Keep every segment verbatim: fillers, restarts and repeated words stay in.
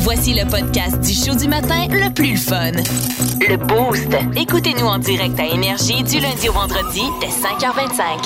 Voici le podcast du show du matin le plus le fun. Le Boost. Écoutez-nous en direct à Énergie du lundi au vendredi dès cinq heures vingt-cinq.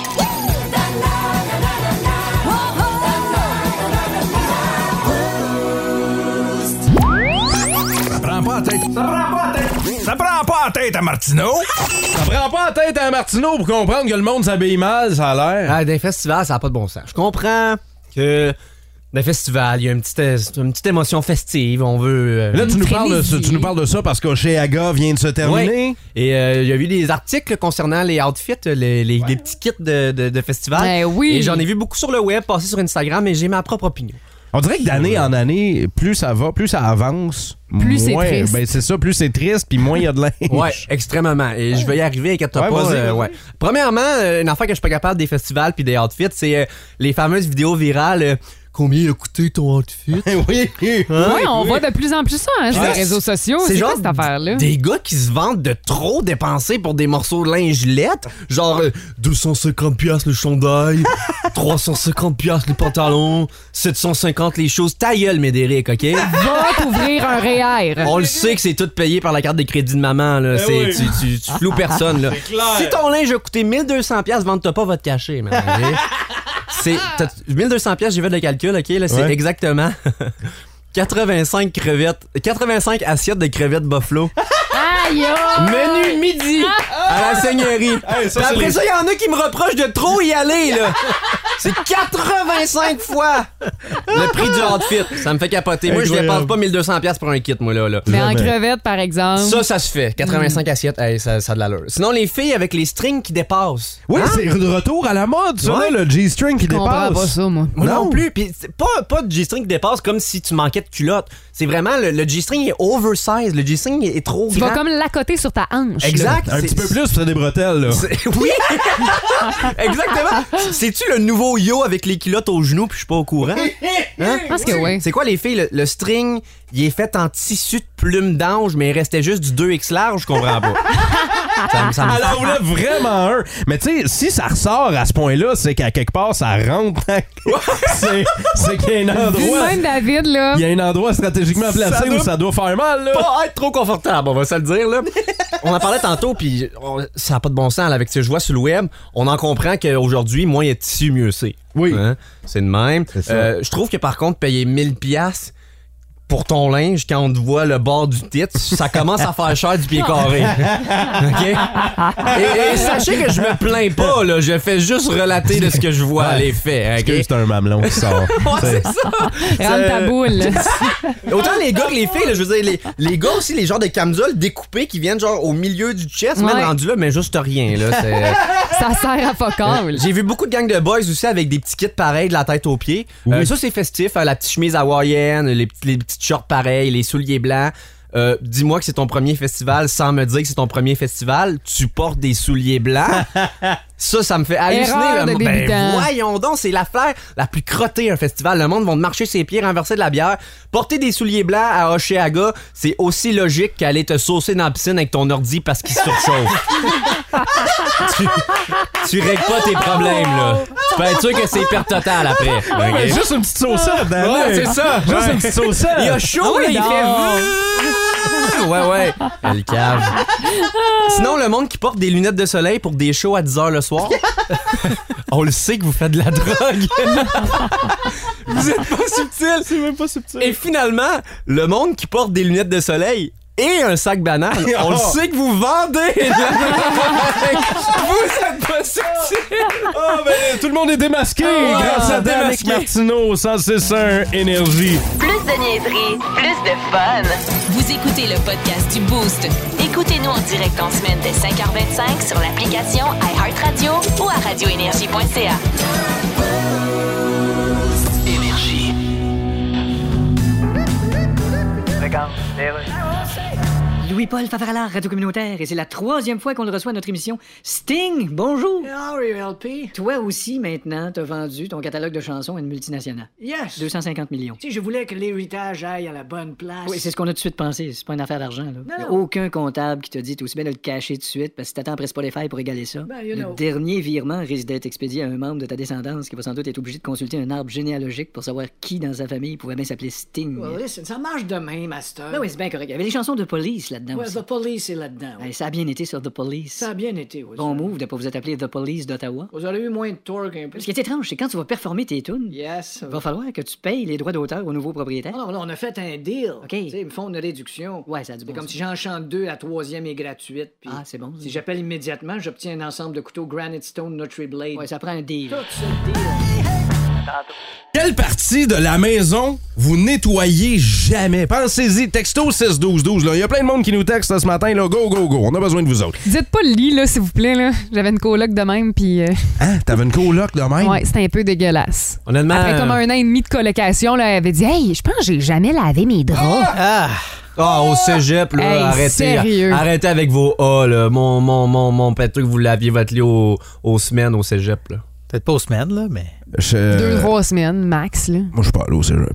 Ça prend pas la tête. Ça prend pas la tête. Ça prend pas la tête à Martineau. Ça prend pas la tête à Martineau pour comprendre que le monde s'habille mal, ça a l'air. Ah, d'un festival, ça n'a pas de bon sens. Je comprends que d'un festival, il y a une petite, une petite émotion festive. On veut. Euh, Là, tu nous, parles de, ça, tu nous parles de ça parce qu'Oshéaga vient de se terminer. Oui. Et euh, il y a eu des articles concernant les outfits, les, les, ouais. les petits kits de, de, de festival. Ben oui. Et j'en ai vu beaucoup sur le web, passer sur Instagram, et j'ai ma propre opinion. On dirait que d'année en année, plus ça va, plus ça avance, plus moins, c'est triste. Ben c'est ça, plus c'est triste, puis moins il y a de linge. Ouais, extrêmement. Et je vais y arriver, inquiète-toi ouais, pas. vas-y, euh, vas-y. Ouais. Premièrement, euh, une affaire que je suis pas capable des festivals puis des outfits, c'est euh, les fameuses vidéos virales. Euh, Combien il a coûté ton outfit? oui, oui. Hein? Ouais, on oui. voit de plus en plus ça hein, sur les réseaux sociaux. C'est, c'est genre quoi cette affaire-là? Des gars qui se vendent de trop dépenser pour des morceaux de linge lettre. Genre euh, deux cent cinquante dollars le chandail, trois cent cinquante dollars les pantalons, sept cent cinquante les choses. Ta gueule, Médéric, OK? Va t'ouvrir un R E E R. On le sait que c'est tout payé par la carte de crédit de maman. Là. C'est, oui. Tu, tu, tu floues personne. Là. Si ton linge a coûté mille deux cents dollars, vende-toi pas votre cachet, man. Okay? C'est mille deux cents dollars, j'ai fait le calcul, OK? Là, c'est ouais. exactement quatre-vingt-cinq crevettes, quatre-vingt-cinq assiettes de crevettes buffalo. Aïe! Menu midi à la seigneurie. Hey, ça, après les... ça, il y en a qui me reprochent de trop y aller, là. C'est quatre-vingt-cinq fois le prix du outfit. Ça me fait capoter. Moi, incroyable. Je dépense pas mille deux cents dollars pour un kit, moi, là. là. Mais en crevettes, par exemple. Ça, ça se fait. quatre-vingt-cinq mm. assiettes, hey, ça, ça a de l'allure. Sinon, les filles avec les strings qui dépassent. Oui, hein? C'est de retour à la mode, ça, ouais. là, le G-string qui je dépasse. Je comprends pas ça, moi. Moi non, non plus. Puis pas, pas de G-string qui dépasse comme si tu manquais de culotte. C'est vraiment, le, le G-string est oversize. Le G-string est trop tu grand. Tu vas comme l'accoter sur ta hanche. Exact. Là. Un petit peu plus pour ça des bretelles, là. Oui! Exactement. C'est-tu le nouveau yo avec les culottes aux genoux puis je suis pas au courant? Hein? Parce que oui. C'est quoi les filles? Le, le string, il est fait en tissu de plume d'ange, mais il restait juste du deux X large, je comprends pas. Ça, ça me... Elle en voulait vraiment un. Mais tu sais, si ça ressort à ce point-là, c'est qu'à quelque part, ça rentre. c'est, c'est qu'il y a un endroit... Même David, là. Il y a un endroit stratégiquement placé ça où doit... ça doit faire mal, là. Pas être trop confortable, on va se le dire, là. On en parlait tantôt, puis ça n'a pas de bon sens, là, avec ce que je vois sur le web. On en comprend qu'aujourd'hui, moins il y a de tissu, mieux c'est. Oui. Hein? C'est de même. C'est euh, je trouve que par contre, payer mille dollars pour ton linge, quand on te voit le bord du titre, ça commence à faire cher du pied carré. OK? Et, et sachez que je me plains pas, là. Je fais juste relater de ce que je vois à les faits. OK? C'est un mamelon qui sort. Ouais, c'est ça. Rentre ta boule. Autant les gars que les filles, là, je veux dire, les, les gars aussi, les genres de camisoles découpées qui viennent genre au milieu du chest, ouais. Même rendu là, mais juste rien, là. C'est... Ça sert à pas all. J'ai vu beaucoup de gangs de boys aussi avec des petits kits pareils de la tête aux pieds. Oui. Euh, ça, c'est festif. Hein, la petite chemise hawaïenne, les, les petites shorts pareils, les souliers blancs. Euh, dis-moi que c'est ton premier festival sans me dire que c'est ton premier festival. Tu portes des souliers blancs. Ça, ça me fait halluciner. De ben voyons donc, c'est l'affaire la plus crottée un festival. Le monde va te marcher ses pieds, renverser de la bière. Porter des souliers blancs à Oshéaga, c'est aussi logique qu'aller te saucer dans la piscine avec ton ordi parce qu'il se surchauffe. tu, tu règles pas tes problèmes, là. Tu peux être sûr que c'est perte totale après. Okay? Ouais, juste une petite saucette, Dan. Ouais, c'est ça. Juste ouais. une petite saucette. Il a chaud, ah, là, il fait... Ouais, ouais. Elle cave. Sinon, le monde qui porte des lunettes de soleil pour des shows à dix heures le soir, on le sait que vous faites de la drogue. Vous êtes pas subtil. C'est même pas subtil. Et finalement, le monde qui porte des lunettes de soleil et un sac banane, on oh. le sait que vous vendez. Vous êtes pas subtil. Oh, ben, tout le monde est démasqué oh, grâce à Danick Martineau, cent six point un Énergie. Plus de niaiserie, plus de fun. Vous écoutez le podcast du Boost. Écoutez-nous en direct en semaine dès cinq heures vingt-cinq sur l'application iHeartRadio ou à radio énergie point c a. Énergie. Regarde, Louis-Paul Favaralard, Radio Communautaire, et c'est la troisième fois qu'on le reçoit à notre émission. Sting, bonjour! How are you, L P? Toi aussi, maintenant, t'as vendu ton catalogue de chansons à une multinationale. Yes! deux cent cinquante millions. Tu sais, je voulais que l'héritage aille à la bonne place. Oui, c'est ce qu'on a tout de suite pensé. C'est pas une affaire d'argent, là. Non, Y a non. aucun comptable qui te dit t'es aussi bien de le cacher tout de suite parce que si t'attends après Spotify pour égaler ça. Ben, you le know. dernier virement risque d'être expédié à un membre de ta descendance qui va sans doute être obligé de consulter un arbre généalogique pour savoir qui dans sa famille pouvait bien s'appeler Sting. Well, listen, ça marche demain, master. Ben oui, c'est bien correct. Il y avait des chansons de Police là-dedans Ouais, aussi. The Police est là-dedans. ouais. Hey, ça a bien été sur The Police. Ça a bien été, oui. Bon move de pas vous être appelé The Police d'Ottawa. Vous aurez eu moins de torque un peu. Ce qui est étrange, c'est quand tu vas performer tes tunes, Yes. il va falloir que tu payes les droits d'auteur au nouveau propriétaire. Non, non, là, on a fait un deal. OK. Tu sais, ils me font une réduction. Ouais, ça a du C'est bon comme sens. si j'en chante deux, la troisième est gratuite. Puis Ah, c'est bon. si j'appelle immédiatement, j'obtiens un ensemble de couteaux Granite Stone Nutri Blade. Ouais, ça prend un deal. Tout ce deal. Quelle partie de la maison vous nettoyez jamais? Pensez-y, texto six douze douze. Il y a plein de monde qui nous texte là, ce matin. Là. Go, go, go. On a besoin de vous autres. Dites pas le lit, là, s'il vous plaît. Là. J'avais une coloc de même, puis... Euh, Hein? T'avais une coloc de même? ouais, c'était un peu dégueulasse. Honnêtement. Après comme un an et demi de colocation, là, elle avait dit « Hey, je pense que j'ai jamais lavé mes draps. Ah! Ah, au cégep, là, Hey, arrêtez. sérieux? Arrêtez avec vos A, là. Mon, mon, mon, mon péteux que vous laviez votre lit aux, aux semaines au cégep, là. Peut-être pas aux semaines, là, mais. Je- Deux, trois semaines, max. Là. Moi, je suis pas allé au cégep.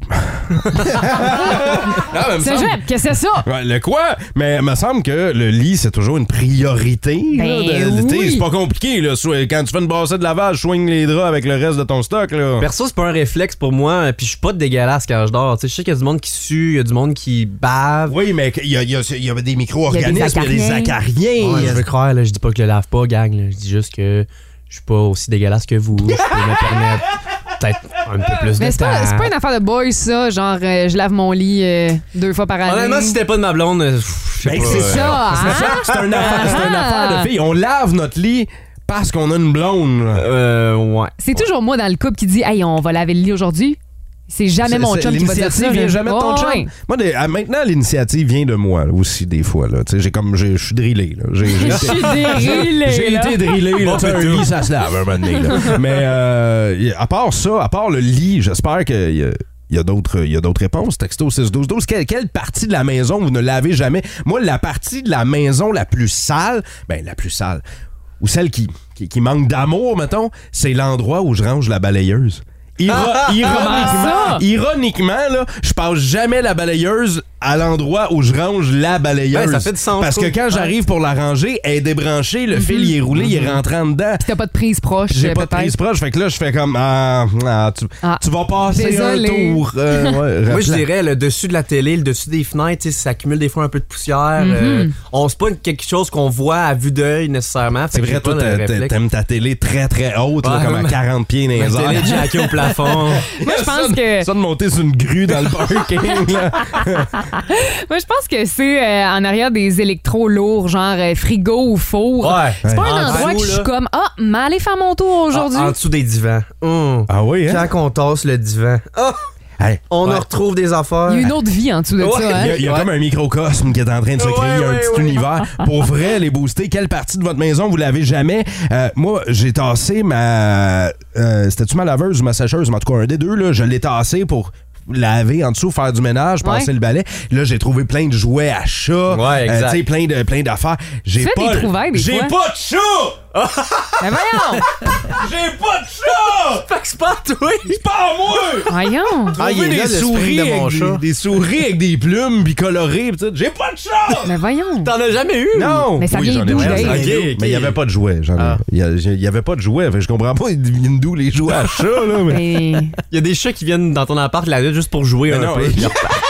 Non, mais me semble- Cégep, qu'est-ce que c'est ça? Ouais, le quoi? Mais il me semble que le lit, c'est toujours une priorité. Ben là, de- oui. t'sais, c'est pas compliqué. Là. Soit- Quand tu fais une brassée de lavage, swing les draps avec le reste de ton stock. Là. Perso, c'est pas un réflexe pour moi, puis je suis pas dégueulasse quand je dors. Tu sais, je sais qu'il y a du monde qui sue, il y a du monde qui bave. Oui, mais il y a, il y a- il y a des micro-organismes, Il il y y a a des des acariens. Ouais, je veux croire, là, je dis pas que je le lave pas, gang. Là. Je dis juste que je suis pas aussi dégueulasse que vous. Je peux me permettre peut-être un peu plus Mais de c'est temps. pas, c'est pas une affaire de boys, ça. Genre, euh, je lave mon lit euh, deux fois par année. Honnêtement, si c'était pas de ma blonde, euh, pff, je sais Ben, pas. c'est euh, ça, hein? C'est un affaire, c'est une Ah. affaire de filles. On lave notre lit parce qu'on a une blonde. là. Euh, ouais. C'est toujours moi dans le couple qui dit « Hey, on va laver le lit aujourd'hui. » C'est jamais mon C'est- chum qui va dire ça. L'initiative vient là. jamais de ton Oh, chum. ouais. Moi, des- ah, maintenant, l'initiative vient de moi là, aussi, des fois. Là. Tu sais, j'ai comme, j'ai- je suis drillé. là. J'ai, j'ai Je été- suis drillé, J'ai là. été drillé. Là, tu sais, un lit, ça se lave un moment donné. là. Mais euh, y- à part ça, à part le lit, j'espère qu'il y a... Il y a d'autres, il y a d'autres réponses. Texto six douze douze. Quelle, quelle partie de la maison vous ne lavez jamais? Moi, la partie de la maison la plus sale, ben la plus sale, ou celle qui, qui, qui manque d'amour, mettons, c'est l'endroit où je range la balayeuse. Iro- ironiquement, ça? ironiquement, là, je passe jamais la balayeuse à l'endroit où je range la balayeuse. Ouais, ça fait du sens, Parce je que trouve. quand j'arrive pour la ranger, elle est débranchée, le fil il est roulé, il est rentré en dedans. Puis t'as pas de prise proche, J'ai euh, pas de peut-être. prise proche, fait que là, je fais comme ah, ah, tu, Ah. tu vas passer Désolé. un tour. Euh, ouais, Moi, je rappelant. dirais le dessus de la télé, le dessus des fenêtres, tu sais, ça accumule des fois un peu de poussière. euh, on c'est pas quelque chose qu'on voit à vue d'œil nécessairement. C'est fait que vrai, j'ai toi, pas le t'a- réflexe. t'aimes ta télé très très haute, là, Ouais, comme à ma- quarante pieds dans Ma les airs. télé jackée au plafond. Moi, je pense Ça, que... Ça de monter sur une grue dans le parking, là. Moi, je pense que c'est euh, en arrière des électros lourds, genre euh, frigo ou four. Ouais. C'est pas En un endroit dessous, que je là. suis comme, ah, m'aller faire mon tour aujourd'hui. En, en dessous des divans. Hum. Ah oui, hein? Quand on tasse le divan, ah, Hey, on ouais. en retrouve des affaires. Il y a une autre vie en dessous de Ouais, ça. Il y Hein? a, il y a Ouais. comme un microcosme qui est en train de se créer, Ouais, il y a un ouais, petit ouais. univers. Pour vrai, les boostés, quelle partie de votre maison vous l'avez jamais? Euh, moi, j'ai tassé ma... Euh, C'était-tu ma laveuse ou ma sécheuse? Mais en tout cas, un des deux, là, je l'ai tassé pour laver en dessous, faire du ménage, passer Ouais. le balai. Là, j'ai trouvé plein de jouets à chat. Ouais, exact. tu sais, plein de plein d'affaires. J'ai Tu fais pas des trouvailles, des J'ai fois. pas de chat! Mais voyons! J'ai pas de chat! Fait que c'est pas toi. C'est pas à moi! Voyons! Ah, il est Trouver là, des le souris spring de mon avec chat. des, des souris avec des plumes puis colorées pis tout. J'ai pas de chat! Mais voyons! T'en as jamais eu? Non! Mais ça Oui, vient j'en ai d'où, jamais. Dave? Ok, Ok, ok. Mais il y avait pas de jouets. J'en ai- Ah. Il y a- il y avait pas de jouets. Fait que je comprends pas, ils viennent d'où les jouets à chat, là. Mais... Mais... Il y a des chats qui viennent dans ton appart la nuit juste pour jouer Mais un non, peu. ils...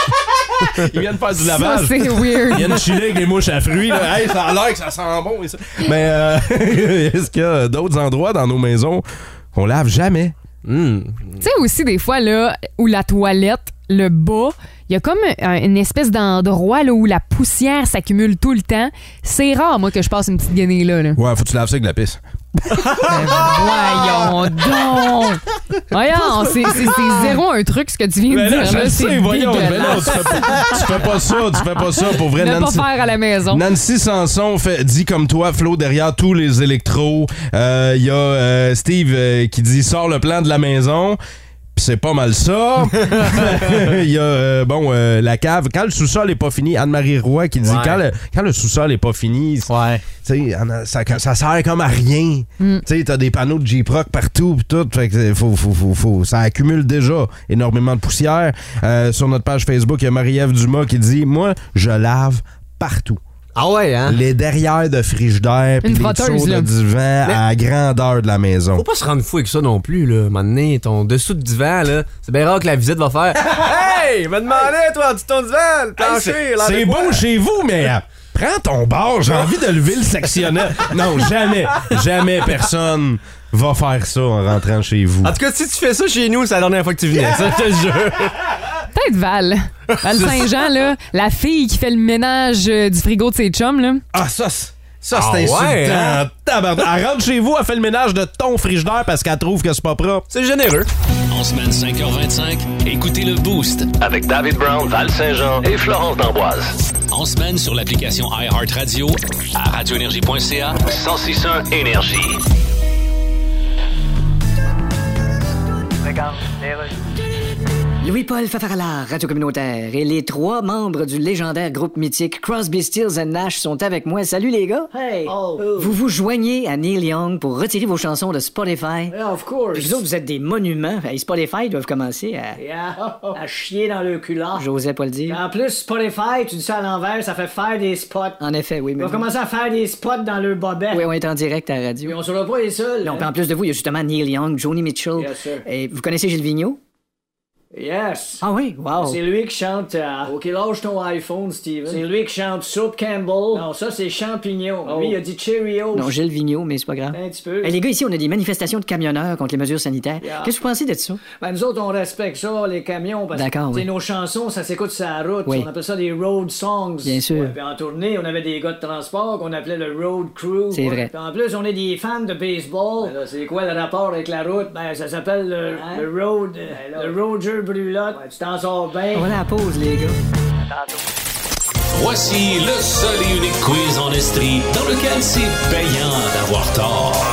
ils viennent faire du Ça, lavage. c'est Ils weird. viennent chiller avec les mouches à fruits. Là. Hey, ça a l'air que ça sent bon. Et ça. Mais euh, est-ce qu'il y a d'autres endroits dans nos maisons qu'on lave jamais? Hmm. Tu sais aussi des fois là où la toilette, le bas, il y a comme un- une espèce d'endroit là où la poussière s'accumule tout le temps. C'est rare moi que je passe une petite guenille là. là. Ouais, faut que tu laves ça avec de la pisse. Mais voyons donc. Voyons, c'est, c'est, c'est zéro un truc ce que tu viens de Mais là, dire je là, le c'est sais, voyons. Mais non, dégueulasse. tu fais, pas, tu fais pas ça. Tu fais pas ça. Pour vrai, Ne pas Nancy, faire à la maison. Nancy Sanson fait, dit comme toi, Flo, derrière tous les électros. Il euh, y a euh, Steve euh, qui dit sors le plan de la maison. Pis c'est pas mal ça. Il y a, euh, bon, euh, la cave. Quand le sous-sol est pas fini, Anne-Marie Roy qui dit Ouais. quand, le, quand le sous-sol est pas fini, Ouais. tu sais, ça, ça sert comme à rien. Mm. Tu sais, t'as des panneaux de J-Proc partout pis tout. Fait que faut, faut, faut, faut, ça accumule déjà énormément de poussière. Euh, sur notre page Facebook, il y a Marie-Ève Dumas qui dit « Moi, je lave partout. » Ah ouais, hein? Les derrières de frigidaire pis Une les frotteuse, dessous de là. divan Mais- à la grandeur de la maison. Faut pas se rendre fou avec ça non plus, là. À un moment donné, ton dessous de divan, là, c'est bien rare que la visite va faire Hey! Va demander, toi, en dessous de ton divan, le plancher, C'est là. c'est beau chez vous, mais euh, prends ton bar, j'ai envie de lever le sectionneur. Non, jamais, jamais personne va faire ça en rentrant chez vous. En tout cas, si tu fais ça chez nous, c'est la dernière fois que tu venais, ça, je te jure. Peut-être Val. Val Saint-Jean, là, la fille qui fait le ménage euh, du frigo de ses chums, là. Ah, ça, c'est- ça Ah c'est insultant. ouais, hein? Tabarnak. Elle rentre chez vous, elle fait le ménage de ton frigidaire parce qu'elle trouve que c'est pas propre. C'est généreux. En semaine cinq heures vingt-cinq, écoutez le Boost avec David Brown, Val Saint-Jean et Florence D'Amboise. En semaine sur l'application iHeartRadio à radio énergie point c a cent six point un Énergie. Louis-Paul Fafarala, Radio Communautaire, et les trois membres du légendaire groupe mythique Crosby, Stills and Nash sont avec moi. Salut les gars! Hey! Oh. Vous vous joignez à Neil Young pour retirer vos chansons de Spotify. Yeah, of course. Puis vous autres, vous êtes des monuments. Hey, Spotify doivent commencer à... Yeah. À chier dans le culotte. J'osais pas le dire. En plus, Spotify, tu dis ça à l'envers, ça fait faire des spots. En effet, oui, Ils mais... vont commencer à faire des spots dans le bobet. Oui, on est en direct à la radio. Mais on sera pas les seuls. Non, puis en plus de vous, il y a justement Neil Young, Joni Mitchell. Yes, sir. Et vous connaissez Gilles Vigneault? Yes. Ah oui, wow. C'est lui qui chante. Euh, ok, lâche ton iPhone, Steven. C'est lui qui chante Soup Campbell. Non, ça, c'est champignons. Lui, il a dit Cheerios. Non, Gilles Vigneault, mais c'est pas grave. Un petit peu. Hey, les gars, ici, on a des manifestations de camionneurs contre les mesures sanitaires. Yeah. Qu'est-ce que vous pensez de ça? Ben, nous autres, on respecte ça, les camions, parce D'accord, que oui. nos chansons, ça s'écoute sur la route. Oui. On appelle ça des road songs. Bien sûr. Ouais, puis en tournée, on avait des gars de transport qu'on appelait le road crew. C'est vrai. Puis en plus, on est des fans de baseball. Ben là, c'est quoi le rapport avec la route? Ben, ça s'appelle le, Hein? le road, euh, le Roger Brulotte. Ouais, tu t'en sors bien. On va à la pause, les gars. Voici le seul et unique quiz en Estrie dans lequel c'est payant d'avoir tort.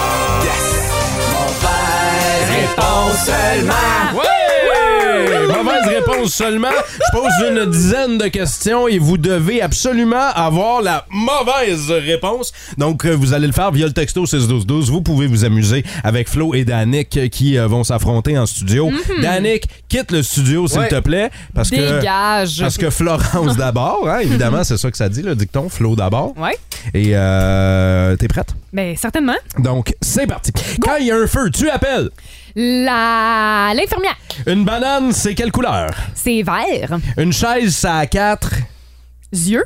Réponse seulement. Ouais! Mauvaise réponse seulement. Je pose une dizaine de questions et vous devez absolument avoir la mauvaise réponse. Donc, euh, vous allez le faire via le texto six douze douze. Vous pouvez vous amuser avec Flo et Danick euh, qui euh, vont s'affronter en studio. Danick, quitte le studio, s'il Ouais. te plaît. Parce que, Dégage. parce que Florence d'abord, hein, évidemment, c'est ça que ça dit, le dicton. Flo d'abord. Ouais. Et euh, t'es prête? Ben, certainement. Donc, c'est parti. Quand il y a un feu, tu appelles. La... L'infirmière. Une banane, c'est quelle couleur? C'est vert. Une chaise, ça a quatre. Yeux.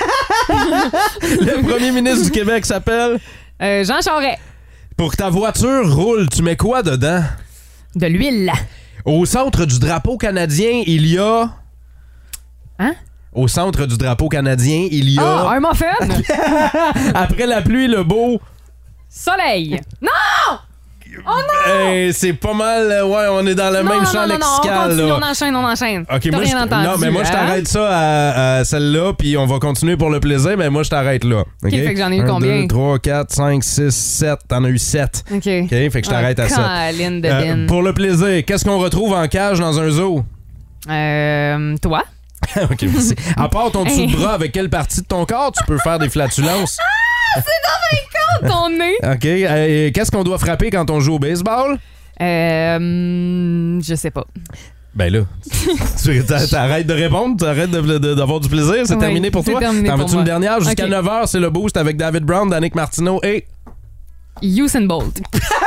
Le premier ministre du Québec s'appelle. Euh, Jean Charest. Pour que ta voiture roule, tu mets quoi dedans? De l'huile. Au centre du drapeau canadien, il y a... Hein? Au centre du drapeau canadien, il y a... Ah, un muffin. Après la pluie, le beau... Soleil. Non! Hey, c'est pas mal... euh, Ouais, on est dans le non, même non, champ non, non, on lexical, continue, là. on enchaîne, on enchaîne. OK, T'as moi, rien je... entendu, non, mais moi, je hein? t'arrête ça à, à celle-là, puis on va continuer pour le plaisir, mais moi, je t'arrête là. OK, fait que j'en ai eu un, combien? deux, trois, quatre, cinq, six, sept. T'en as eu sept. OK. OK, fait que je t'arrête à sept. Caline de Euh, bin. pour le plaisir, qu'est-ce qu'on retrouve en cage dans un zoo? Euh, toi? OK, merci. À part ton dessous de bras, avec quelle partie de ton corps tu peux faire des flatulences? Ton nez? OK. euh, qu'est-ce qu'on doit frapper quand on joue au baseball? Euh, hum, je sais pas. Ben là, tu t'a- t'arrêtes de répondre, t'arrêtes de- de- d'avoir du plaisir, c'est Oui, terminé pour c'est toi? terminé T'en pour veux-tu moi. une dernière? Jusqu'à OK. neuf heures, c'est le boost avec David Brown, Danick Martineau et... Usain Bolt.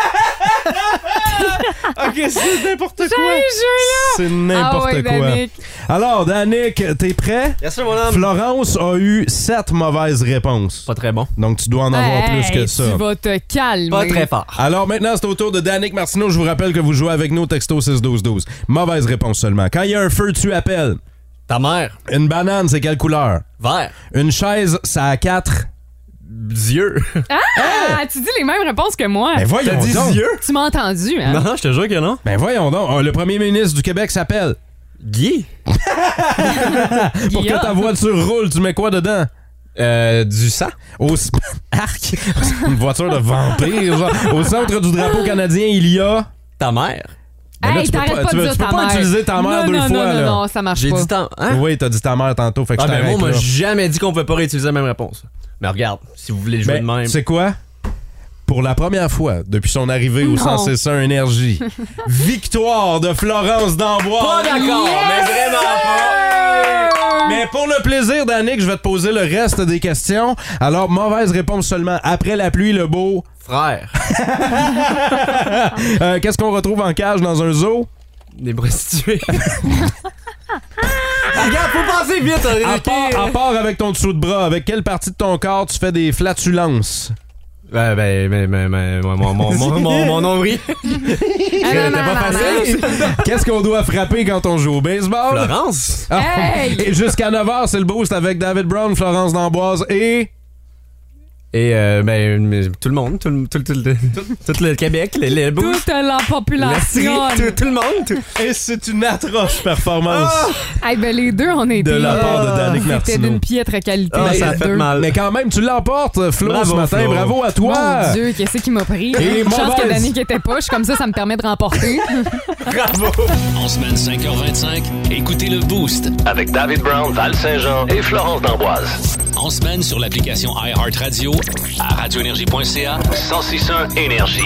OK, c'est n'importe quoi. Jeu, C'est n'importe Ah ouais, quoi. Danick. Alors, Danick, t'es prêt? Bien sûr, mon homme. Florence a eu sept mauvaises réponses. Pas très bon. Donc, tu dois en avoir Hey, plus que ça. Tu vas te calmer. Pas très fort. Alors maintenant, c'est au tour de Danick Martineau. Je vous rappelle que vous jouez avec nous au texto six douze douze. Mauvaise réponse seulement. Quand il y a un feu, tu appelles. Ta mère. Une banane, c'est quelle couleur? Vert. Une chaise, ça a quatre. Yeux. Ah, tu dis les mêmes réponses que moi. Ben voyons T'as dit donc. yeux? Tu m'as entendu, hein? Non, je te jure que non. Ben voyons donc. Oh, le premier ministre du Québec s'appelle. Guy. Pour que ta voiture roule, tu mets quoi dedans? Euh, du sang. Au sp- Arc. Une voiture de vampire, genre. Au centre du drapeau canadien, il y a... Ta mère. Mais là, Hey, tu peux t'arrêtes pas, pas tu de veux- dire tu peux ta pas mère. utiliser ta mère non, deux non, fois. Non, non, là. non, ça marche J'ai pas. dit tant. Hein? Oui, t'as dit ta mère tantôt, fait que Ah, je ben moi, t'arrête on m'a là. jamais dit qu'on peut pas réutiliser la même réponse. Mais regarde, si vous voulez jouer Ben, de même. c'est quoi? Pour la première fois depuis son arrivée au Non. cent six un Énergie, victoire de Florence d'Amboise. Pas d'accord, Yes! mais vraiment pas. Mais pour le plaisir d'Annick, je vais te poser le reste des questions. Alors, mauvaise réponse seulement. Après la pluie, le beau. Frère, Euh, Qu'est-ce qu'on retrouve en cage dans un zoo? des prostituées. Regarde, faut penser vite. À ok? part, à part avec ton dessous de bras, avec quelle partie de ton corps tu fais des flatulences? Ben, ben, ben, ben, ben, mon, mon, mon, mon, mon, mon nombril. Ah, non, C'était non, pas non, facile. Qu'est-ce qu'on doit frapper quand on joue au baseball? Florence. Ah, Hey! Et jusqu'à neuf heures, c'est le boost avec David Brown, Florence d'Amboise et... Et, euh, ben, mais tout le monde, tout, le- tout, tout, tout, tout, tout le Québec, les, les bouts. Toute la population. tout, tout le monde. Tout. Et c'est une atroce performance Hey, ben, les deux, on était. de la part de Danick C'était Martineau. d'une piètre qualité. Ah, les ça a fait deux. mal. Mais quand même, tu l'emportes, Flo, Bravo, ce matin. Flo. Bravo à toi. Mon Dieu, qu'est-ce qui m'a pris? Et Une chance mauvaise. que Dani qui était pas. Je suis comme ça, ça me permet de remporter. Bravo. En semaine cinq heures vingt-cinq, écoutez le Boost avec David Brown, Val Saint-Jean et Florence d'Amboise. En semaine sur l'application iHeartRadio, à radioénergie point c a, cent six un Énergie.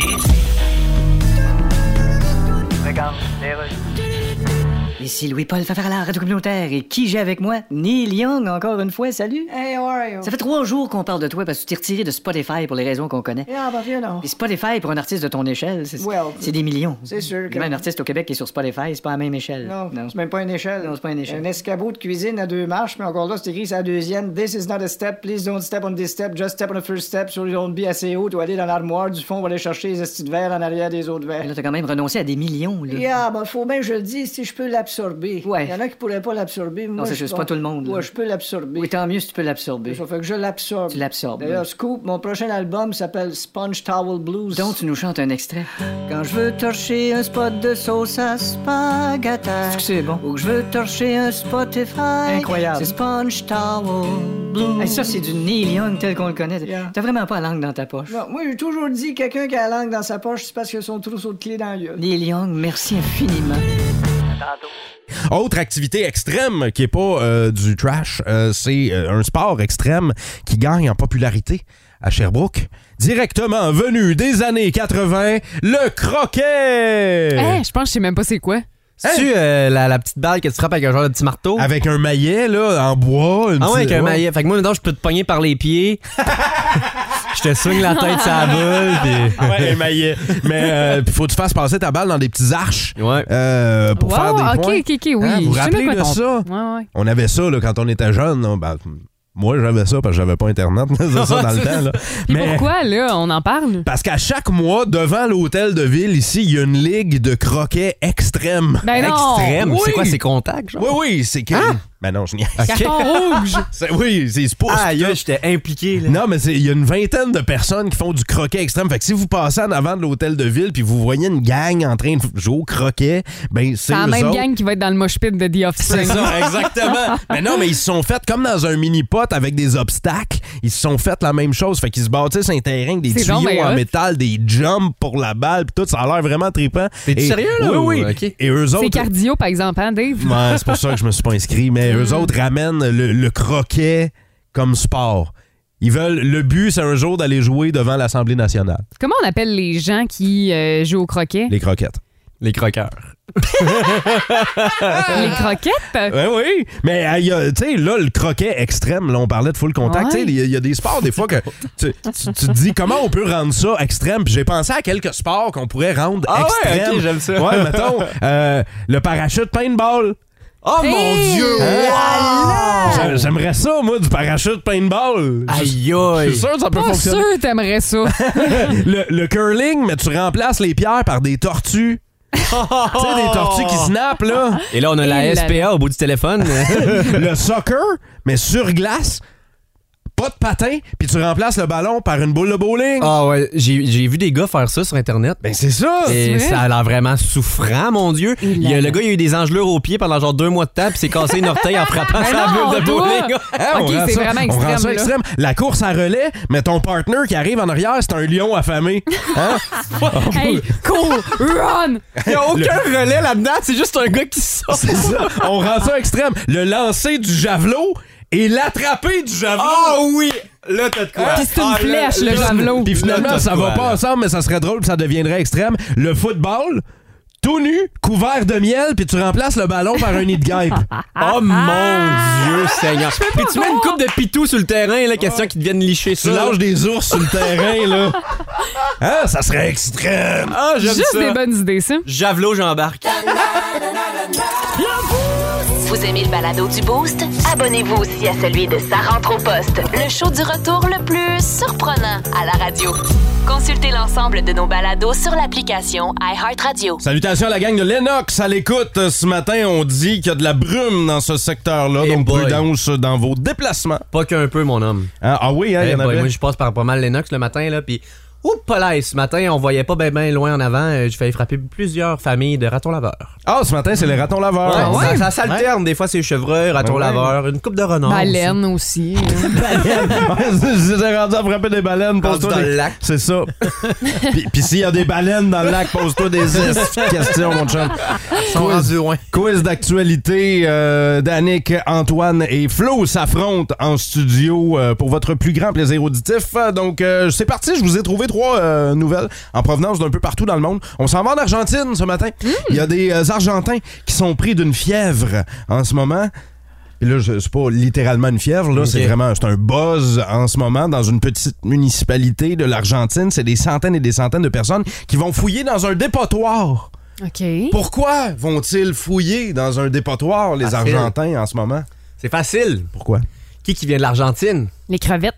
Ici Louis-Paul Fafarala, Radio Communautaire. Et qui j'ai avec moi? Neil Young, encore une fois, salut. Hey, how are you? Ça fait trois jours qu'on parle de toi parce que tu t'es retiré de Spotify pour les raisons qu'on connaît. Yeah, but you know. Et Spotify, pour un artiste de ton échelle, c'est Well, c'est des millions. c'est sûr que- Même un artiste au Québec qui est sur Spotify, c'est pas la même échelle. Non, c'est même pas une échelle. Non, c'est pas une échelle. Un escabeau de cuisine à deux marches, mais encore là, c'est écrit sur la deuxième. This is not a step. Please don't step on this step. Just step on the first step. So you don't be assez haut. Tu vas aller dans l'armoire du fond, on va aller chercher les estis de verre en arrière des autres Mais verres. là, t'as quand même renoncé à des millions, là. Yeah, ben faut bien que je le dise si je peux l'absorber. Ouais. Il y en a qui pourraient pas l'absorber. Non, Moi, c'est je- juste pas tout le monde, là. Ouais, je peux l'absorber. Oui, tant mieux si tu peux l'absorber. Ça fait que je l'absorbe. Tu l'absorbes. D'ailleurs, Scoop, mon prochain album s'appelle Sponge Towel Blues. Donc, tu nous chantes un extrait. Quand je veux torcher un spot de sauce à spaghetti. Est-ce que c'est bon? Ou que je veux torcher un Spotify. Incroyable. C'est Sponge Towel Blues. Hey, ça, c'est du Neil Young tel qu'on le connaît. Yeah. T'as vraiment pas la langue dans ta poche. Non, moi, j'ai toujours dit quelqu'un qui a la langue dans sa poche, c'est parce qu'il a son trousseau de clés dans la gueule. Neil Young, merci infiniment. Autre activité extrême qui est pas euh, du trash, euh, c'est euh, un sport extrême qui gagne en popularité à Sherbrooke. Directement venu des années quatre-vingts, le croquet! Hey, je pense que je sais même pas c'est quoi. C'est-tu euh, la, la petite balle que tu frappes avec un genre de petit marteau? Avec un maillet là, en bois. Une Ah ouais, avec petite- un maillet. Fait que moi, maintenant, je peux te pogner par les pieds. Je te swing la tête sur la boule. Pis... Ouais, un maillet. Mais euh, puis faut que tu fasses passer ta balle dans des petits arches Ouais. euh, pour Wow, faire des ok, points. ok, ok, oui. Hein, vous vous Je sais rappelez même de quoi ton- ça? Ouais, ouais. On avait ça là, quand on était jeune. là. Ben, moi, j'avais ça parce que j'avais pas Internet. C'est ça dans le temps. Là. Puis pourquoi, là, on en parle? Parce qu'à chaque mois, devant l'hôtel de ville, ici, il y a une ligue de croquet extrême. Ben non! Extrême. Oui. C'est quoi, c'est contact, genre? Oui, oui, c'est que... Ben non, je n'y Carton rouge! C'est- Oui, c'est se pousse. Ah, aïe, j'étais impliqué, là. Non, mais c'est- il y a une vingtaine de personnes qui font du croquet extrême. Fait que si vous passez en avant de l'hôtel de ville puis vous voyez une gang en train de jouer au croquet, ben c'est C'est la eux même autres. gang qui va être dans le mosh pit de The Offspring. C'est ça, exactement. Mais non, mais ils se sont fait comme dans un mini-pot avec des obstacles. Ils se sont fait la même chose. Fait qu'ils se bâtissent un terrain avec des C'est tuyaux donc bien en hot. métal, des jumps pour la balle, puis tout. Ça a l'air vraiment trippant. T'es-tu Et- sérieux, là, Oui, ou- oui. ok. Et eux C'est autres... cardio, par exemple, hein, Dave? Ouais, c'est pour ça que je me suis pas inscrit. Mais eux autres ramènent le, le croquet comme sport. Ils veulent... Le but, c'est un jour d'aller jouer devant l'Assemblée nationale. Comment on appelle les gens qui euh, jouent au croquet? Les croquettes. Les croqueurs. Les croquettes? Oui, oui. Mais euh, il y a, tu sais, là, le croquet extrême, là, on parlait de full contact. Tu sais, Ouais. il y, a- il y a des sports, des fois, que tu, tu- tu te dis comment on peut rendre ça extrême. Puis j'ai pensé à quelques sports qu'on pourrait rendre Ah ouais, extrême. ok, j'aime ça. Ouais, mettons, euh, le parachute paintball. Oh mon Hey! Dieu! J'a- J'aimerais ça, moi, du parachute paintball. Aïe, Je aïe. suis sûr que ça peut Pas fonctionner. sûr t'aimerais ça. Le, le curling, mais tu remplaces les pierres par des tortues. Tu sais, des tortues qui snappent, là. Et là, on a la Et S P A là- au bout du téléphone. Le soccer, mais sur glace, pas de patin, puis tu remplaces le ballon par une boule de bowling. Ah ouais, j'ai, j'ai vu des gars faire ça sur Internet. Ben c'est ça! Et C'est ça a l'air vraiment souffrant, mon Dieu. Il Il y a, a- le gars, il a eu des engelures aux pieds pendant genre deux mois de temps, puis s'est cassé une orteil en frappant Ben sa non, boule de toi! bowling. Hein, on Ok, rend c'est ça- vraiment on rend extrême, ça là. extrême. La course à relais, mais ton partner qui arrive en arrière, c'est un lion affamé. Hein? Hey, cool, run! Il n'y a aucun relais là-dedans, c'est juste un gars qui sort. C'est ça. On rend ça extrême. Le lancer du javelot et l'attraper du javelot. Oh oui! Là, t'as de quoi? Puis c'est une Ah, flèche, là, le là, javelot. Puis finalement, Là, t'as ça de va quoi, pas là. ensemble, mais ça serait drôle, puis ça deviendrait extrême. Le football, tout nu, couvert de miel, puis tu remplaces le ballon par un nid de guêpe. Oh mon Dieu Seigneur. Puis tu mets une coupe de pitou sur le terrain, là, question qu'ils deviennent licher ça. Tu lâches des ours sur le terrain, là. Hein, ça serait extrême. Ah, j'aime Juste ça. des bonnes idées, ça. Javelot, j'embarque. Vous aimez le balado du Boost? Abonnez-vous aussi à celui de Sa rentre au poste, le show du retour le plus surprenant à la radio. Consultez l'ensemble de nos balados sur l'application iHeartRadio. Salutations à la gang de Lennox à l'écoute. Ce matin, on dit qu'il y a de la brume dans ce secteur-là, Hey donc boy. prudence dans vos déplacements. Pas qu'un peu, mon homme. Hein? Ah oui, hein, il y Eh en boy, avait. moi, je passe par pas mal Lennox le matin, là, puis... Oups, police, ce matin, on voyait pas bien ben loin en avant. euh, J'ai failli frapper plusieurs familles de ratons laveurs. Ah, ce matin, c'est les ratons laveurs. ça, ça s'alterne. Des fois, c'est chevreuil, ratons Ouais. laveurs, une coupe de renard. Baleine aussi. Ouais, j'ai rendu à frapper des baleines. Pose-toi Rendu dans des... le lac. C'est ça. puis puis s'il y a des baleines dans le lac, pose-toi des esti de questions, mon chum. sont Quiz, rendus loin. quiz d'actualité. Euh, Danick, Antoine et Flo s'affrontent en studio euh, pour votre plus grand plaisir auditif. Euh, Donc, euh, c'est parti. Je vous ai trouvé trois euh, nouvelles en provenance d'un peu partout dans le monde. On s'en va en Argentine ce matin. Il y a des euh, Argentins qui sont pris d'une fièvre en ce moment. Et là, je- c'est pas littéralement une fièvre, là, Ok. c'est vraiment c'est un buzz en ce moment dans une petite municipalité de l'Argentine. C'est des centaines et des centaines de personnes qui vont fouiller dans un dépotoir. OK. Pourquoi vont-ils fouiller dans un dépotoir, les Facile. Argentins, en ce moment? C'est facile. Pourquoi? Qui qui vient de l'Argentine? Les crevettes.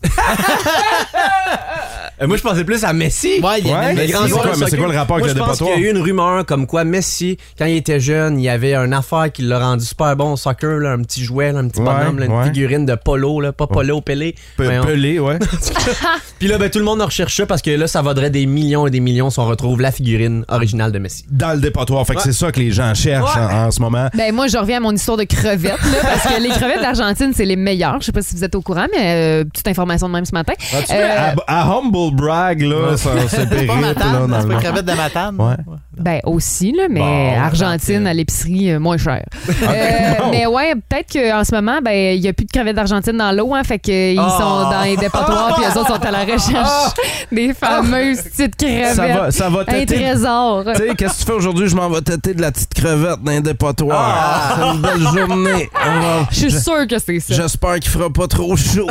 Euh, moi, je pensais plus à Messi. Ouais, il y a Ouais, même mais Messi, c'est Grand quoi, joueur de mais c'est quoi soccer. le rapport Moi, avec le je pense dépotoir? qu'il y a eu une rumeur comme quoi Messi, quand il était jeune, il y avait une affaire qui l'a rendu super bon au soccer, là, un petit jouet, là, un petit Ouais, bonhomme, là, une ouais. figurine de polo, là, pas polo, pelé. Pe- Voyons. Pelé, ouais. Puis là, ben, tout le monde en recherche ça parce que là, ça vaudrait des millions et des millions si on retrouve la figurine originale de Messi. Dans le dépotoir. Fait que Ouais. c'est ça que les gens cherchent Ouais. en, en ce moment. Ben moi, je reviens à mon histoire de crevettes, là, parce que les crevettes d'Argentine, c'est les meilleures. Je sais pas si vous êtes au courant, mais euh, petite information de même ce matin. As-tu Euh, vu, à, à Humble Brag, là, ça, c'est C'est pas péril, là, Matane, dans c'est le pas monde. crevette de Matane. Ouais. Ben aussi, là, mais Bon, Argentine à l'épicerie, euh, moins cher. Euh, non. mais ouais, peut-être qu'en ce moment, ben il y a plus de crevettes d'Argentine dans l'eau, hein, fait qu'ils Oh. sont dans les dépotoirs, puis eux autres sont à la recherche des fameuses petites crevettes. Ça va, ça va Un têter. trésor. Tu sais, qu'est-ce que tu fais aujourd'hui? Je m'en vais têter de la petite crevette dans un dépotoir. C'est une belle journée. On va- Je suis sûre que c'est ça. J'espère qu'il fera pas trop chaud.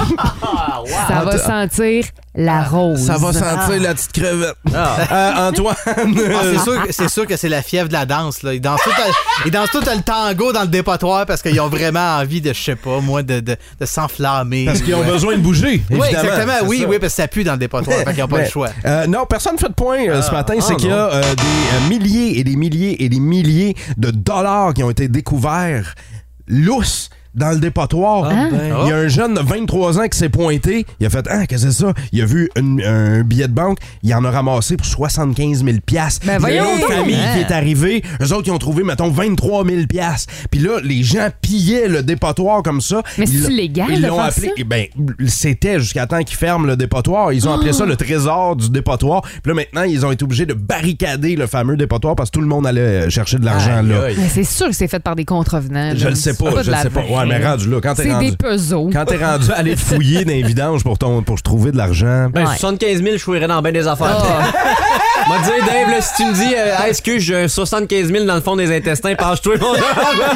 Ça va sentir la rose. Ça va sentir la petite crevette. Euh, Antoine. Ah, c'est sûr, que- c'est sûr que c'est la fièvre de la danse. Là. Ils, dansent tout, ils dansent tout le tango dans le dépotoir parce qu'ils ont vraiment envie de, je sais pas, moi, de, de, de s'enflammer. Parce qu'ils ont besoin de bouger. Oui, évidemment. exactement. C'est Oui, ça. oui, parce que ça pue dans le dépotoir. Fait qu'ils n'ont pas Ben, le choix. euh, non, personne ne fait de point euh, ce matin. c'est ah, qu'il y a euh, des euh, milliers et des milliers et des milliers de dollars qui ont été découverts lousses dans le dépotoir. Ah. Il y a un jeune de vingt-trois ans qui s'est pointé. Il a fait « Ah, qu'est-ce que c'est ça? » Il a vu une- un billet de banque. Il en a ramassé pour soixante-quinze mille piastres. Ben, Il y a voyons une autre donc. famille Hein. qui est arrivée. Eux autres, ils ont trouvé, mettons, vingt-trois mille piastres. Puis là, les gens pillaient le dépotoir comme ça. Mais Ils c'est l'ont- illégal Ils de l'ont faire appelé... ça? Eh ben, c'était jusqu'à temps qu'ils ferment le dépotoir. Ils ont appelé ça le trésor du dépotoir. Puis là, maintenant, ils ont été obligés de barricader le fameux dépotoir parce que tout le monde allait euh, chercher de l'argent Aïe, là. aïe. Mais c'est sûr que c'est fait par des contrevenants. Je là. le sais C'est pas, je de le la sais pas. vraie. Ouais, mais rendu là, quand t'es C'est rendu... des puzzles. Quand t'es rendu à aller te fouiller dans les vidanges pour, ton, pour trouver de l'argent... Ben, Ouais. soixante-quinze mille, je chouerais dans bien des affaires. Ah. M'a dit, Dave, là, si tu me dis, euh, Hey, excuse, j'ai un soixante-quinze mille dans le fond des intestins, penche-toi, mon homme.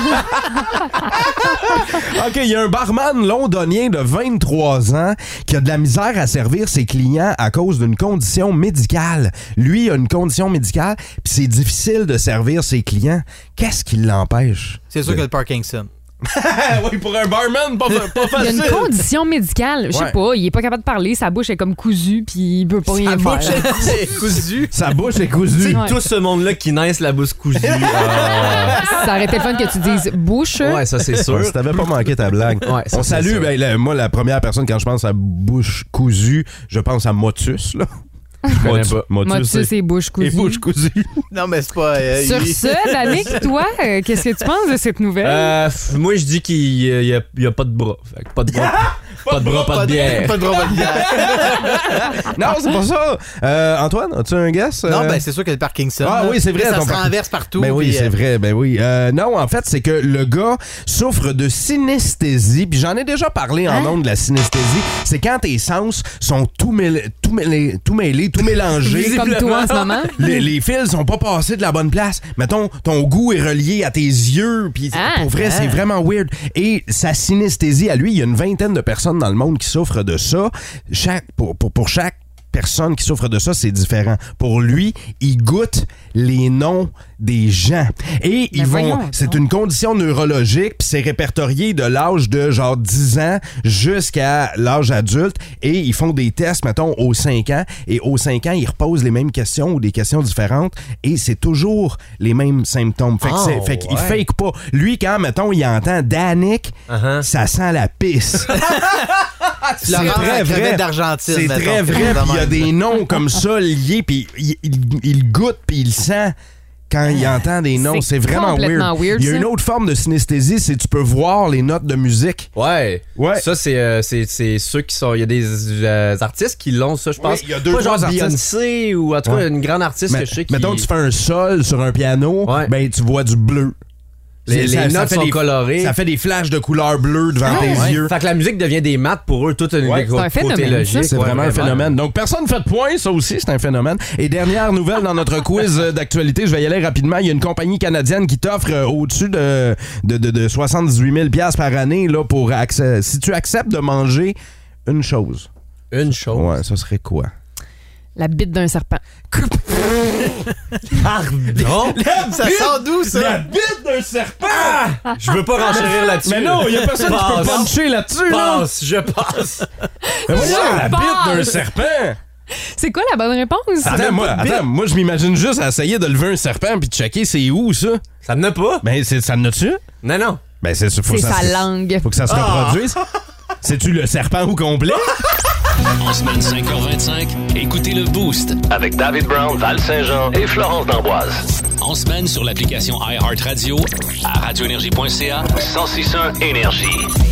OK, il y a un barman londonien de vingt-trois ans qui a de la misère à servir ses clients à cause d'une condition médicale. Lui a une condition médicale, puis c'est difficile de servir ses clients. Qu'est-ce qui l'empêche? C'est sûr que le Parkinson. Oui, pour un barman, pas, pas Il y a facile. une condition médicale. Je sais Ouais. pas, il est pas capable de parler, sa bouche est comme cousue, puis il peut pas rien Sa faire. bouche est cousue. Sa bouche est cousue. Ouais. Tout ce monde-là qui naisse la bouche cousue. Ah. Ça aurait été le fun que tu dises bouche. Ouais, ça c'est sûr. Ouais, si t'avais pas manqué ta blague. Ouais, ça, On c'est salue, sûr. ben, la- moi, la première personne, quand je pense à bouche cousue, je pense à Motus, là. Je connais pas. Motus et bouche cousue. Et bouche cousue. Non, mais c'est pas. euh, Sur il- ce, Danick, toi, euh, qu'est-ce que tu penses de cette nouvelle? Euh, f- moi, je dis qu'il y a, il y a pas de bras. Fait que pas de bras. Pas de bras, pas de bière. Pas de bras, pas de bière. Non, c'est pas ça. Euh, Antoine, as-tu un guess? Non, Euh, ben c'est sûr que le Parkinson. Ah là. oui, c'est vrai, Ça ton se Parkinson. renverse partout. Ben oui, puis, c'est euh, vrai, ben oui. Euh, non, en fait, c'est que le gars souffre de synesthésie, puis j'en ai déjà parlé en Hein? nom de la synesthésie. C'est quand tes sens sont tout mêlés, tout mêlés, tout, mêlés, tout mélangés. Comme toi en ce moment. Les, les fils sont pas passés de la bonne place. Mettons, ton goût est relié à tes yeux, puis Ah, pour vrai, ah. c'est vraiment weird. Et sa synesthésie à lui, il y a une vingtaine de personnes dans le monde qui souffrent de ça. Chaque, pour, pour, pour chaque personne qui souffre de ça, c'est différent. Pour lui, il goûte les noms des gens. Et ils vont. voyons C'est donc. une condition neurologique, puis c'est répertorié de l'âge de genre dix ans jusqu'à l'âge adulte. Et ils font des tests, mettons, aux cinq ans. Et aux cinq ans, ils reposent les mêmes questions ou des questions différentes. Et c'est toujours les mêmes symptômes. Fait que Oh, c'est- fait qu'il ouais. fake pas. Lui, quand, mettons, il entend Danick, Uh-huh. ça sent la pisse. Tu la rends à la crevette d'Argentine, C'est mettons. très vrai. Puis il y a des noms comme ça liés, puis il, il, il goûte, puis il sent quand il entend des noms. C'est C'est vraiment complètement weird. weird, Il y a ça. une autre forme de synesthésie, c'est que tu peux voir les notes de musique. Ouais. Ouais. Ça, c'est, euh, c'est, c'est ceux qui sont. Il y a des euh, artistes qui l'ont, ça, je pense. Oui, il y a deux, Pas genre trois artistes. Beyoncé ou en tout cas Ouais. une grande artiste Mais- que je sais qui. Mettons, tu fais un sol sur un piano, Ouais. ben tu vois du bleu. Les- C'est- les notes fait sont des- colorées. Ça fait des flashs de couleur bleue devant tes Ouais. yeux. Fait que la musique devient des maths pour eux, toute une Ouais. côté C'est un phénomène, logique. ça. C'est Ouais, vraiment un phénomène. Donc, personne ne fait de point, ça aussi, c'est un phénomène. Et dernière nouvelle dans notre quiz euh, d'actualité, je vais y aller rapidement. Il y a une compagnie canadienne qui t'offre euh, au-dessus de, de, de, de soixante-dix-huit mille dollars par année là, pour accès. Si tu acceptes de manger une chose. Une chose. Ouais, ça serait quoi? La bite d'un serpent. Pardon? Ça sort d'où, ça? bite d'un serpent! Je veux pas renchérir là-dessus. Mais non, il y a personne qui peut Passe. puncher là-dessus, là! Passe, je passe. Mais voyons, la passe. bite d'un serpent! C'est quoi la bonne réponse? Attends, moi, pas de bite. attends, moi je m'imagine juste à essayer de lever un serpent puis de checker c'est où, ça? Ça n'en a pas? Ben, c'est, ça en a-tu? Non, non. Ben, c'est faut C'est que ça sa se- langue. Faut que ça se reproduise. C'est-tu le serpent au complet? En semaine cinq heures vingt-cinq, écoutez le Boost avec David Brown, Val Saint-Jean et Florence D'Amboise. En semaine sur l'application iHeartRadio, à radioénergie point c a, cent six point un Énergie.